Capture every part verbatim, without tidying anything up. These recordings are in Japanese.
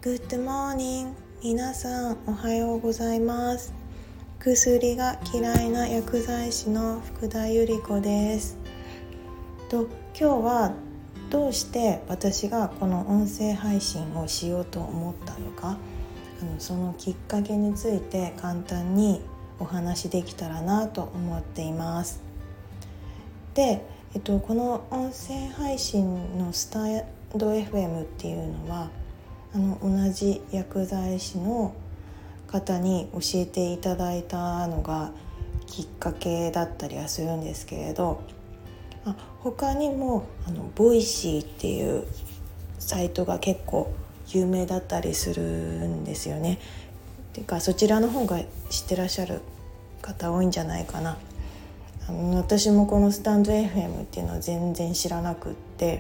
Good morning 皆さんおはようございます。薬が嫌いな薬剤師の福田由里子です。と今日はどうして私がこの音声配信をしようと思ったのか、あのそのきっかけについて簡単にお話できたらなと思っています。で、えっと、この音声配信のスタンド エフエム っていうのはあの同じ薬剤師の方に教えていただいたのがきっかけだったりはするんですけれど、あ他にもあのボイシーっていうサイトが結構有名だったりするんですよね。てかそちらの方が知ってらっしゃる方多いんじゃないかな。あの私もこのスタンド エフエム っていうのは全然知らなくって、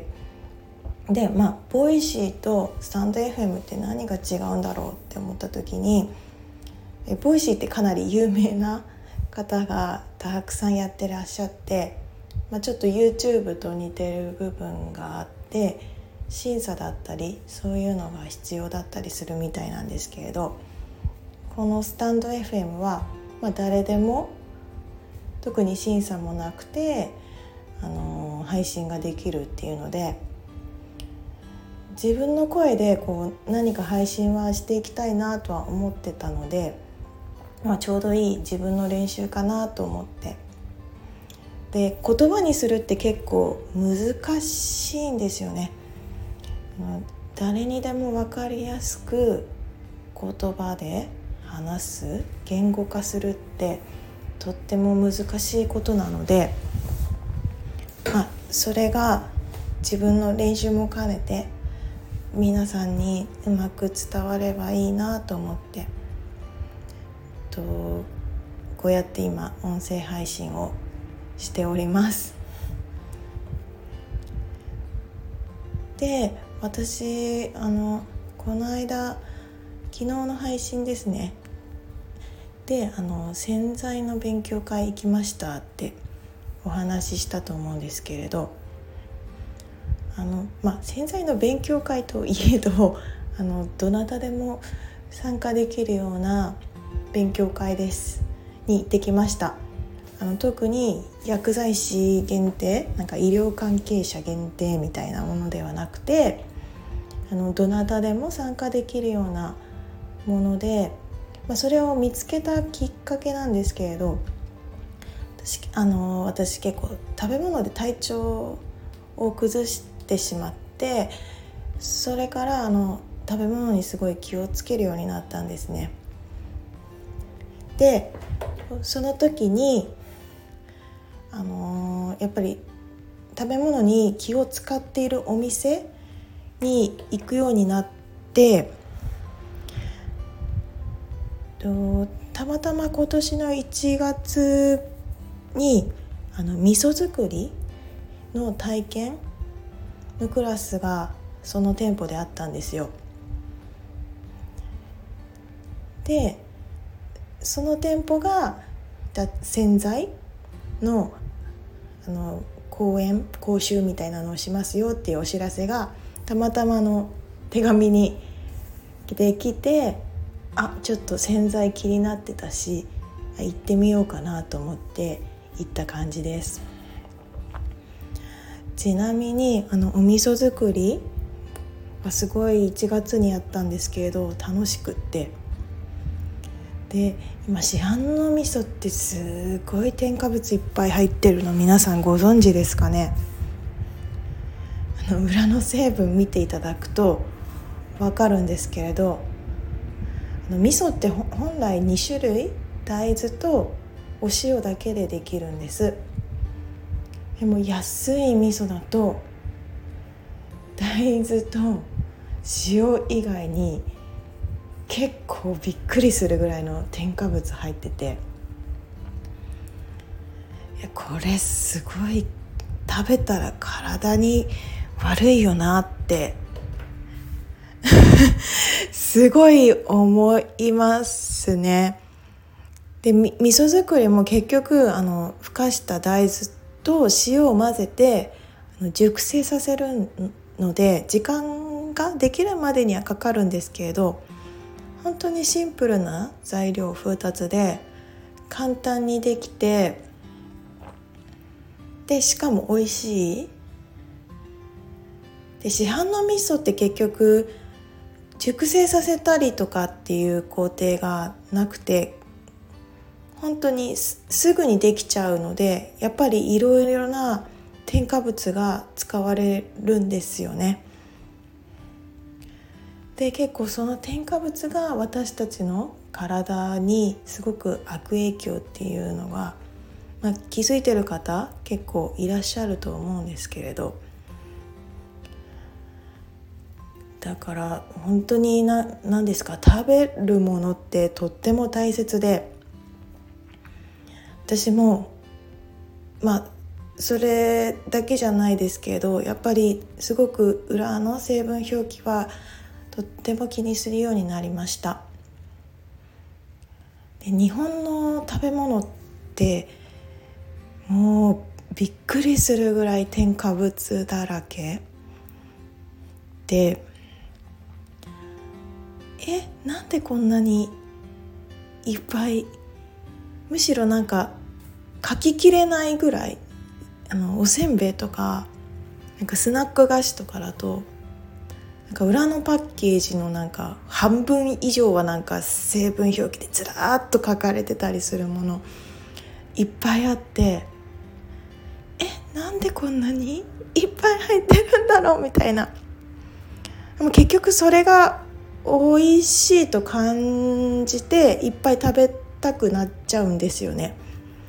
でまあボイシーとスタンド エフエム って何が違うんだろうって思った時に、えボイシーってかなり有名な方がたくさんやってらっしゃって、まあ、ちょっと YouTube と似てる部分があって審査だったりそういうのが必要だったりするみたいなんですけれど、このスタンド エフエム は、まあ、誰でも特に審査もなくて、あのー、配信ができるっていうので、自分の声でこう何か配信はしていきたいなとは思ってたので、まあ、ちょうどいい自分の練習かなと思って、で言葉にするって結構難しいんですよね。誰にでも分かりやすく言葉で話す、言語化するってとっても難しいことなので、まあ、それが自分の練習も兼ねて皆さんにうまく伝わればいいなと思って、とこうやって今音声配信をしております。で、私あのこの間昨日の配信ですねで、あの洗剤の勉強会行きましたってお話ししたと思うんですけれど、あの、まあ、洗剤の勉強会といえどあのどなたでも参加できるような勉強会ですに行ってきました。あの特に薬剤師限定、なんか医療関係者限定みたいなものではなくて、あのどなたでも参加できるようなもので、まあ、それを見つけたきっかけなんですけれど、私、あの私結構食べ物で体調を崩してしまって、それからあの食べ物にすごい気をつけるようになったんですね。でその時にあのー、やっぱり食べ物に気を使っているお店に行くようになって、とたまたま今年のいちがつにあの味噌作りの体験のクラスがその店舗であったんですよ。でその店舗が洗剤のあの講演講習みたいなのをしますよっていうお知らせがたまたまの手紙にできて、あちょっと洗剤気になってたし行ってみようかなと思って行った感じです。ちなみにあのお味噌作りはすごいいちがつにやったんですけれど楽しくって、で今市販の味噌ってすごい添加物いっぱい入ってるの皆さんご存知ですかね。あの裏の成分見ていただくと分かるんですけれど、あの味噌って本来にしゅるい、大豆とお塩だけでできるんです。でも安い味噌だと大豆と塩以外に結構びっくりするぐらいの添加物入ってて、いやこれすごい食べたら体に悪いよなってすごい思いますね。で味噌作りも結局あのふかした大豆と塩を混ぜて熟成させるので時間化できるまでにはかかるんですけれど、本当にシンプルな材料ふたつで簡単にできて、でしかも美味しい。で市販の味噌って結局熟成させたりとかっていう工程がなくて、本当に す, すぐにできちゃうので、やっぱりいろいろな添加物が使われるんですよね。で結構その添加物が私たちの体にすごく悪影響っていうのが、まあ、気づいてる方結構いらっしゃると思うんですけれど、だから本当にな何ですか、食べるものってとっても大切で、私もまあそれだけじゃないですけど、やっぱりすごく裏の成分表記はとっても気にするようになりました。で日本の食べ物ってもうびっくりするぐらい添加物だらけで、えなんでこんなにいっぱい、むしろなんか書ききれないぐらい、あのおせんべいとかなんかスナック菓子とかだと、なんか裏のパッケージのなんか半分以上はなんか成分表記でずらーっと書かれてたりするものいっぱいあって、えなんでこんなにいっぱい入ってるんだろうみたいな。でも結局それが美味しいと感じていっぱい食べたくなっちゃうんですよね。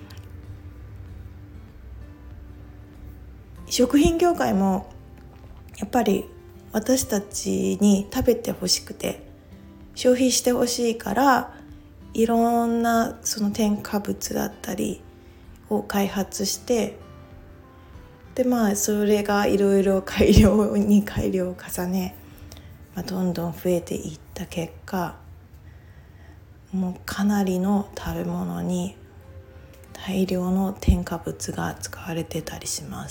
食品業界もやっぱり私たちに食べてほしくて消費してほしいから、いろんなその添加物だったりを開発して、でまあそれがいろいろ改良に改良を重ね、まあ、どんどん増えていった結果、もうかなりの食べ物に大量の添加物が使われてたりします。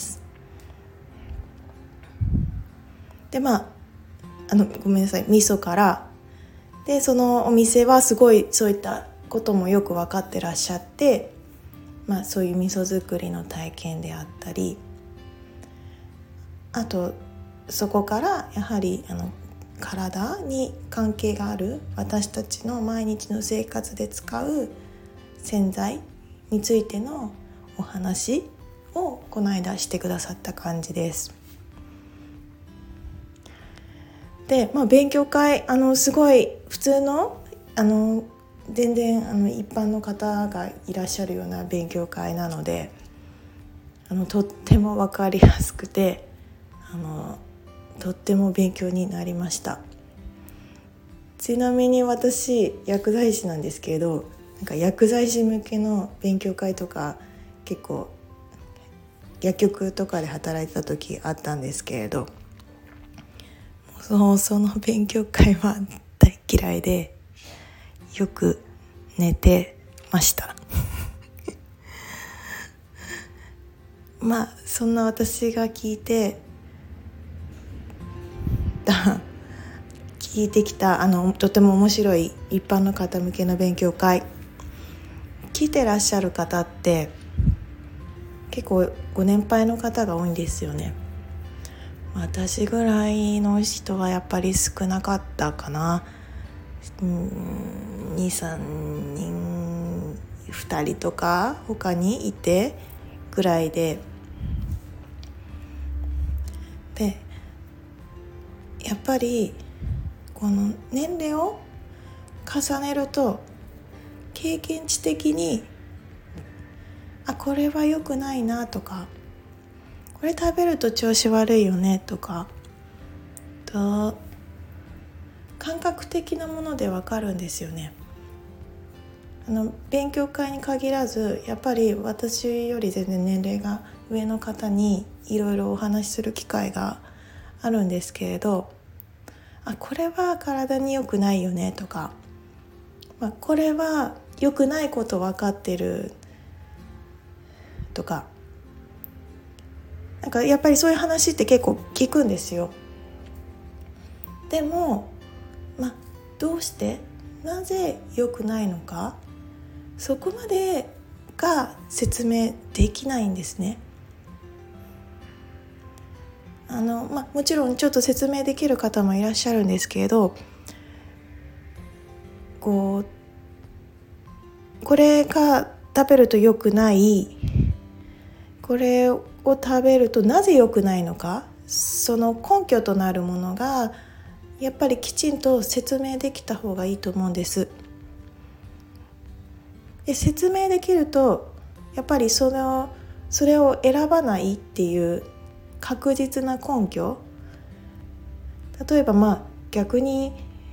でまああのごめんなさい味噌からで、そのお店はすごいそういったこともよく分かってらっしゃって、まあ、そういう味噌作りの体験であったり、あとそこからやはりあの体に関係がある私たちの毎日の生活で使う洗剤についてのお話をこの間してくださった感じです。で、まあ、勉強会あのすごい普通のあの全然あの一般の方がいらっしゃるような勉強会なので、あのとっても分かりやすくて、あのとっても勉強になりました。ちなみに私薬剤師なんですけれど、なんか薬剤師向けの勉強会とか結構薬局とかで働いてた時あったんですけれど、もうその勉強会は大嫌いでよく寝てましたまあそんな私が聞いて聞いてきたあのとても面白い一般の方向けの勉強会、聞いてらっしゃる方って結構ご年配の方が多いんですよね。私ぐらいの人はやっぱり少なかったかな。に、さんにんふたりとか他にいてぐらいで、でやっぱりこの年齢を重ねると経験値的にあこれは良くないなとか、これ食べると調子悪いよねとかと感覚的なものでわかるんですよね。あの勉強会に限らずやっぱり私より全然年齢が上の方にいろいろお話しする機会があるんですけれど、あこれは体に良くないよねとか、まあ、これは良くないこと分かってるとか、なんかやっぱりそういう話って結構聞くんですよ。 でも、まあ、どうしてなぜ良くないのか、そこまでが説明できないんですね。あの、まあ、もちろんちょっと説明できる方もいらっしゃるんですけれど、こうこれが食べると良くない、これを食べるとなぜ良くないのか、その根拠となるものがやっぱりきちんと説明できた方がいいと思うんです。で、説明できるとやっぱりそのそれを選ばないっていう確実な根拠、例えばまあ逆に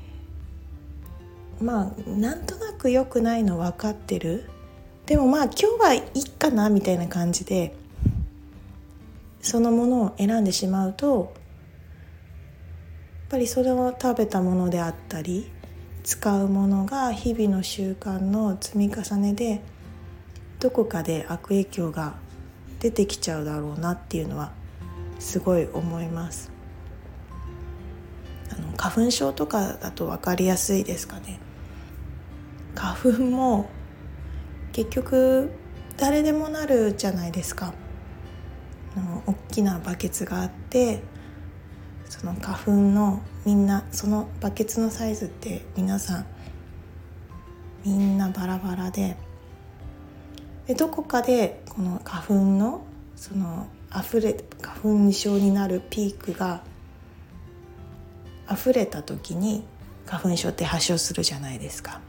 まあなんとなく良くないの分かってる、でもまあ今日はいいかなみたいな感じでそのものを選んでしまうと、やっぱりそれを食べたものであったり使うものが日々の習慣の積み重ねでどこかで悪影響が出てきちゃうだろうなっていうのはすごい思います。あの花粉症とかだと分かりやすいですかね。花粉も結局誰でもなるじゃないですか。あの大きなバケツがあって、その花粉のみんなそのバケツのサイズって皆さんみんなバラバラで、でどこかでこの花粉のその溢れ花粉症になるピークが溢れた時に花粉症って発症するじゃないですか。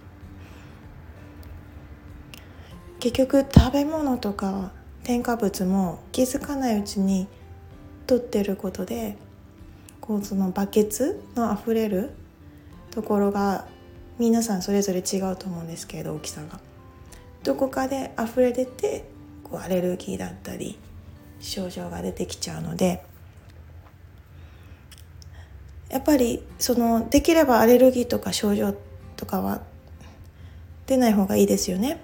結局食べ物とか添加物も気づかないうちに取ってることで、こうそのバケツの溢れるところが皆さんそれぞれ違うと思うんですけど、大きさがどこかで溢れ出てこうアレルギーだったり症状が出てきちゃうので、やっぱりそのできればアレルギーとか症状とかは出ない方がいいですよね。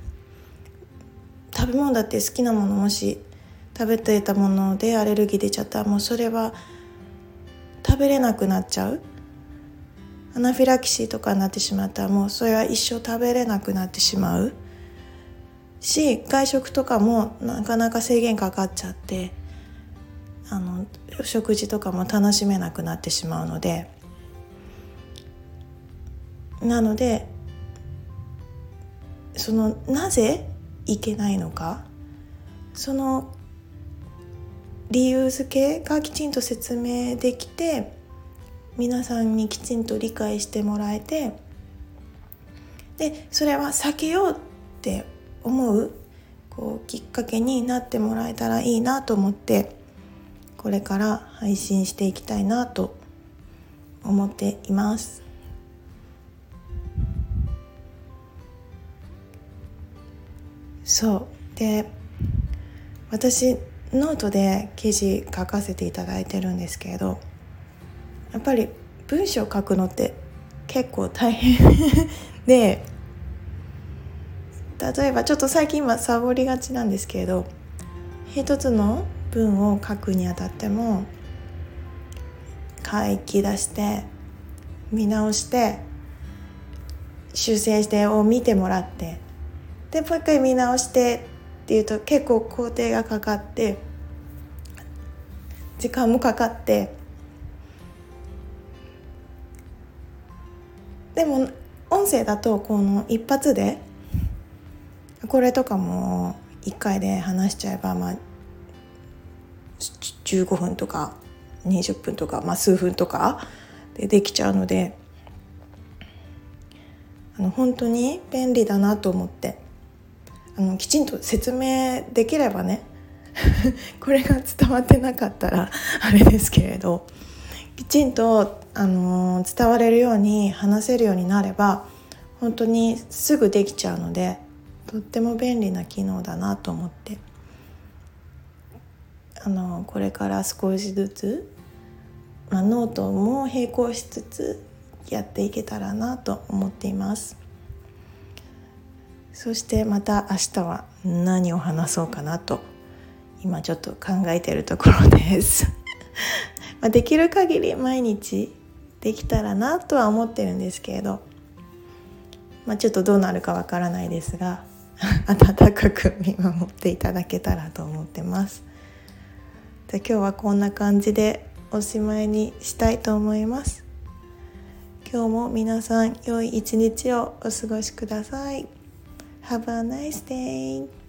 食べ物だって好きなものもし食べていたものでアレルギー出ちゃったらもうそれは食べれなくなっちゃう。アナフィラキシーとかになってしまったらもうそれは一生食べれなくなってしまうし、外食とかもなかなか制限かかっちゃってあの食事とかも楽しめなくなってしまうので、なのでそのなぜいけないのか、その理由付けがきちんと説明できて皆さんにきちんと理解してもらえて、でそれは避けようって思う、こうきっかけになってもらえたらいいなと思ってこれから配信していきたいなと思っています。そうで、私ノートで記事書かせていただいてるんですけれど、やっぱり文章書くのって結構大変で、例えばちょっと最近今サボりがちなんですけれど、一つの文を書くにあたっても書き出して見直して修正してを見てもらって、でもう一回見直してっていうと結構工程がかかって時間もかかって、でも音声だとこの一発でこれとかもいっかいで話しちゃえば、まあじゅうごふんとかにじゅっぷんとか、まあ、数分とかでできちゃうので、あの本当に便利だなと思って、あのきちんと説明できればねこれが伝わってなかったらあれですけれど、きちんと、あのー、伝われるように話せるようになれば本当にすぐできちゃうので、とっても便利な機能だなと思って、あのー、これから少しずつ、まあ、ノートも並行しつつやっていけたらなと思っています。そしてまた明日は何を話そうかなと今ちょっと考えているところですまあできる限り毎日できたらなとは思ってるんですけれど、まあ、ちょっとどうなるかわからないですが温かく見守っていただけたらと思ってます。で、今日はこんな感じでおしまいにしたいと思います。今日も皆さん良い一日をお過ごしください。Have a nice day.